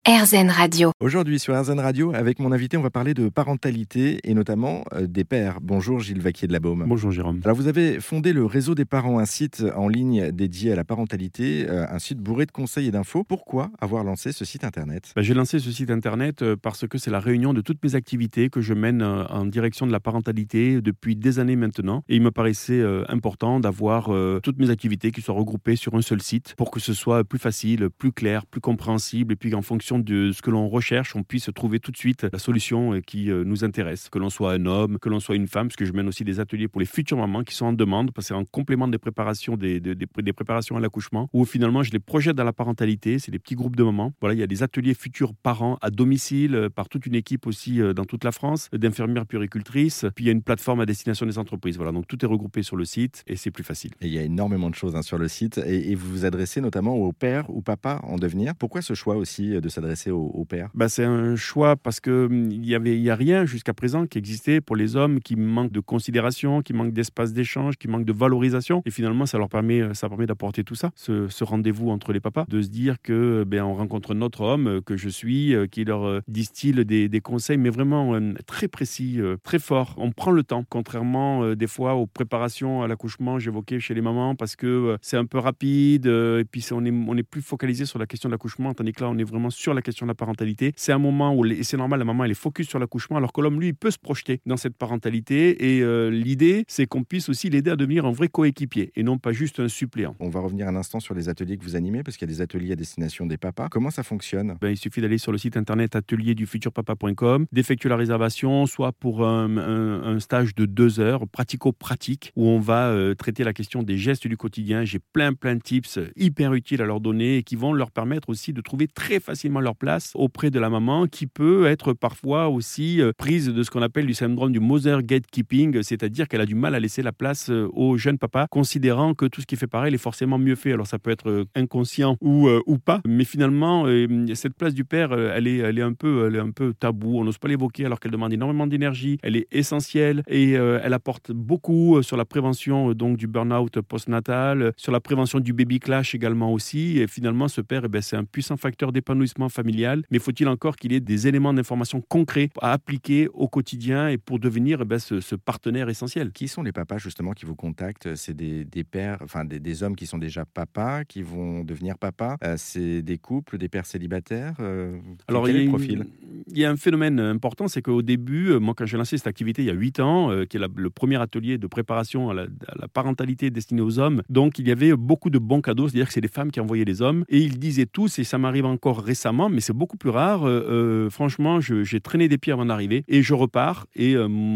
RZN Radio. Aujourd'hui sur RZN Radio, avec mon invité, on va parler de parentalité et notamment des pères. Bonjour Gilles Vaquier de la Baume. Bonjour Jérôme. Alors vous avez fondé le Réseau des parents, un site en ligne dédié à la parentalité, un site bourré de conseils et d'infos. Pourquoi avoir lancé ce site internet ? J'ai lancé ce site internet parce que c'est la réunion de toutes mes activités que je mène en direction de la parentalité depuis des années maintenant. Et il me paraissait important d'avoir toutes mes activités qui soient regroupées sur un seul site pour que ce soit plus facile, plus clair, plus compréhensible et puis en fonction de ce que l'on recherche, on puisse trouver tout de suite la solution qui nous intéresse. Que l'on soit un homme, que l'on soit une femme, parce que je mène aussi des ateliers pour les futures mamans qui sont en demande, parce que c'est en complément des préparations, des préparations à l'accouchement, où finalement je les projette dans la parentalité, c'est des petits groupes de mamans. Voilà, il y a des ateliers futurs parents à domicile, par toute une équipe aussi dans toute la France, d'infirmières puéricultrices, puis il y a une plateforme à destination des entreprises. Voilà, donc tout est regroupé sur le site et c'est plus facile. Et il y a énormément de choses sur le site et vous vous adressez notamment aux pères ou papas en devenir. Pourquoi ce choix aussi de s'adresser aux pères ? C'est un choix parce qu'il y a rien jusqu'à présent qui existait pour les hommes qui manquent de considération, qui manquent d'espace d'échange, qui manquent de valorisation. Et finalement, ça permet d'apporter tout ça, ce rendez-vous entre les papas, de se dire que on rencontre notre homme que je suis, qui leur distille des conseils, mais vraiment très précis, très forts. On prend le temps, contrairement des fois aux préparations à l'accouchement, j'évoquais chez les mamans, parce que c'est un peu rapide, et puis on est plus focalisé sur la question de l'accouchement, tandis que là, on est vraiment sur la question de la parentalité. C'est un moment où, et c'est normal, la maman elle est focus sur l'accouchement, alors que l'homme lui il peut se projeter dans cette parentalité et l'idée c'est qu'on puisse aussi l'aider à devenir un vrai coéquipier et non pas juste un suppléant. On va revenir un instant sur les ateliers que vous animez parce qu'il y a des ateliers à destination des papas. Comment ça fonctionne ? Il suffit d'aller sur le site internet atelierdufuturpapa.com, d'effectuer la réservation soit pour un stage de 2 heures pratico-pratique où on va traiter la question des gestes du quotidien. J'ai plein de tips hyper utiles à leur donner et qui vont leur permettre aussi de trouver très facilement leur place auprès de la maman qui peut être parfois aussi prise de ce qu'on appelle du syndrome du mother gatekeeping, c'est-à-dire qu'elle a du mal à laisser la place au jeune papa, considérant que tout ce qui est fait par elle est forcément mieux fait. Alors ça peut être inconscient ou pas, mais finalement cette place du père, elle est un peu tabou, on n'ose pas l'évoquer alors qu'elle demande énormément d'énergie, elle est essentielle et elle apporte beaucoup sur la prévention donc du burn-out postnatal, sur la prévention du baby clash également aussi. Et finalement ce père, c'est un puissant facteur d'épanouissement familial, mais faut-il encore qu'il ait des éléments d'information concrets à appliquer au quotidien et pour devenir ce partenaire essentiel. Qui sont les papas justement qui vous contactent ? C'est des pères, enfin des hommes qui sont déjà papas, qui vont devenir papas. C'est des couples, des pères célibataires. Alors quel est le profil ? Il y a un phénomène important, c'est qu'au début, moi quand j'ai lancé cette activité il y a 8 ans, qui est le premier atelier de préparation à la parentalité destinée aux hommes, donc il y avait beaucoup de bons cadeaux, c'est-à-dire que c'est des femmes qui envoyaient les hommes et ils disaient tous, et ça m'arrive encore récemment, mais c'est beaucoup plus rare, franchement j'ai traîné des pieds avant d'arriver et je repars et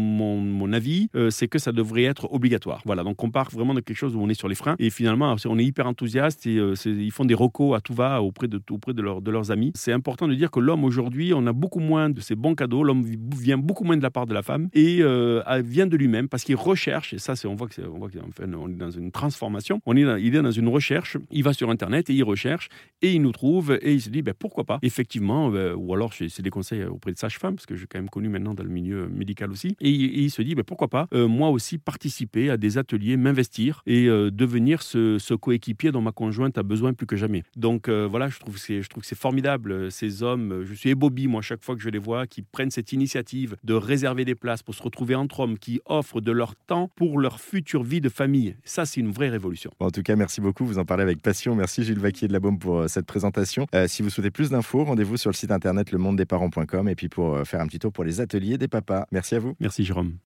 mon avis c'est que ça devrait être obligatoire. Voilà, donc on part vraiment de quelque chose où on est sur les freins et finalement on est hyper enthousiaste et ils font des recos à tout va auprès de leurs amis. C'est important de dire que l'homme aujourd'hui, on a beaucoup moins de ces bons cadeaux, l'homme vient beaucoup moins de la part de la femme et vient de lui-même parce qu'il recherche, et ça on voit qu'on est dans une transformation, il est dans une recherche, il va sur internet et il recherche et il nous trouve et il se dit pourquoi pas, effectivement, ou alors c'est des conseils auprès de sages-femmes parce que j'ai quand même connu maintenant dans le milieu médical aussi, et il se dit pourquoi pas moi aussi participer à des ateliers, m'investir et devenir ce coéquipier dont ma conjointe a besoin plus que jamais. Donc voilà, je trouve que c'est formidable ces hommes, je suis ébahi moi chaque fois que je les vois, qui prennent cette initiative de réserver des places pour se retrouver entre hommes, qui offrent de leur temps pour leur future vie de famille. Ça c'est une vraie révolution. En tout cas, merci beaucoup, vous en parlez avec passion. Merci Gilles Vaquier de la Baume pour cette présentation. Si vous souhaitez plus d'infos, rendez-vous sur le site internet lemondedesparents.com et puis pour faire un petit tour pour les ateliers des papas. Merci à vous. Merci Jérôme.